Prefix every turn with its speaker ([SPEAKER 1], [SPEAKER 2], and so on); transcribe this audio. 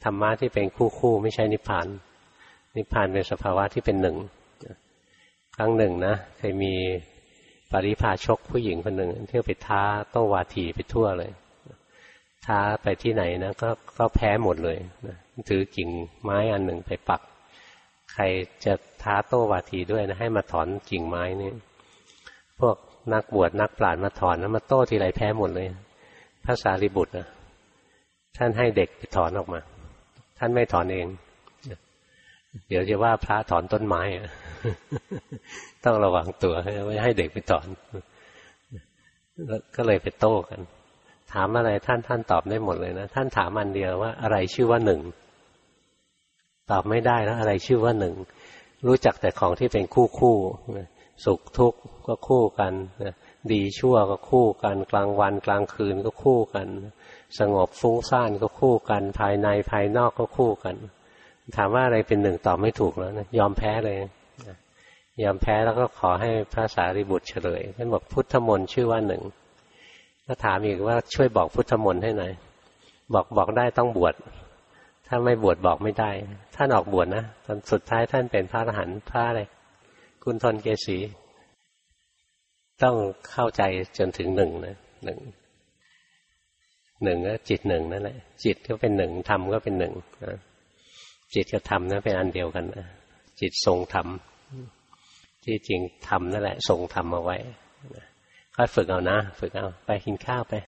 [SPEAKER 1] รรมะที่เป็นคู่ไม่ใช่นิพพานนิพพานเป็นสภาวะที่เป็นหนึ่งครั้งหนึ่งนะเคยมีปริพาชกผู้หญิงคนหนึ่งเที่ยวไปท้าโต้วาทีไปทั่วเลยท้าไปที่ไหนนะก็แพ้หมดเลยนะถือกิ่งไม้อันหนึ่งไปปักใครจะท้าโต้วาทีด้วยนะให้มาถอนกิ่งไม้นี่พวกนักบวชนักปราชญ์มาถอนแล้วมาโต้ทีไรแพ้หมดเลยพระสารีบุตรนะท่านให้เด็กไปถอนออกมาท่านไม่ถอนเองเดี๋ยวจะว่าพระถอนต้นไม้ต้องระวังตัวไม่ให้เด็กไปถอนก็เลยไปโต้กันถามอะไรท่านตอบได้หมดเลยนะท่านถามอันเดียวว่าอะไรชื่อว่าหนึ่งตอบไม่ได้แล้วอะไรชื่อว่าหนึ่งรู้จักแต่ของที่เป็นคู่สุขทุกข์ก็คู่กันดีชั่วก็คู่กันกลางวันกลางคืนก็คู่กันสงบฟุ้งซ่านก็คู่กันภายในภายนอกก็คู่กันถามว่าอะไรเป็นหนึ่งตอบไม่ถูกแล้วนะยอมแพ้เลยยอมแพ้แล้วก็ขอให้พระสารีบุตรเฉลยท่านบอกพุทธมนต์ชื่อว่าหนึ่งก็ถามอีกว่าช่วยบอกพุทธมนต์ให้หน่อยบอกได้ต้องบวชถ้าไม่บวชบอกไม่ได้ท่านออกบวชนะตอนสุดท้ายท่านเป็นพระอรหันต์พระอะไรกุณฑลเกษีต้องเข้าใจจนถึงหนึ่งนะหนึ่งก็จิตหนึ่งนั่นแหละจิตก็เป็นหนึ่งธรรมก็เป็นหนึ่งนะจิตกับธรรมนั้นเป็นอันเดียวกันนะจิตทรงธรรมที่จริงธรรมนั่นแหละทรงธรรมเอาไว้ค่อยฝึกเอานะฝึกเอาไปกินข้าวไป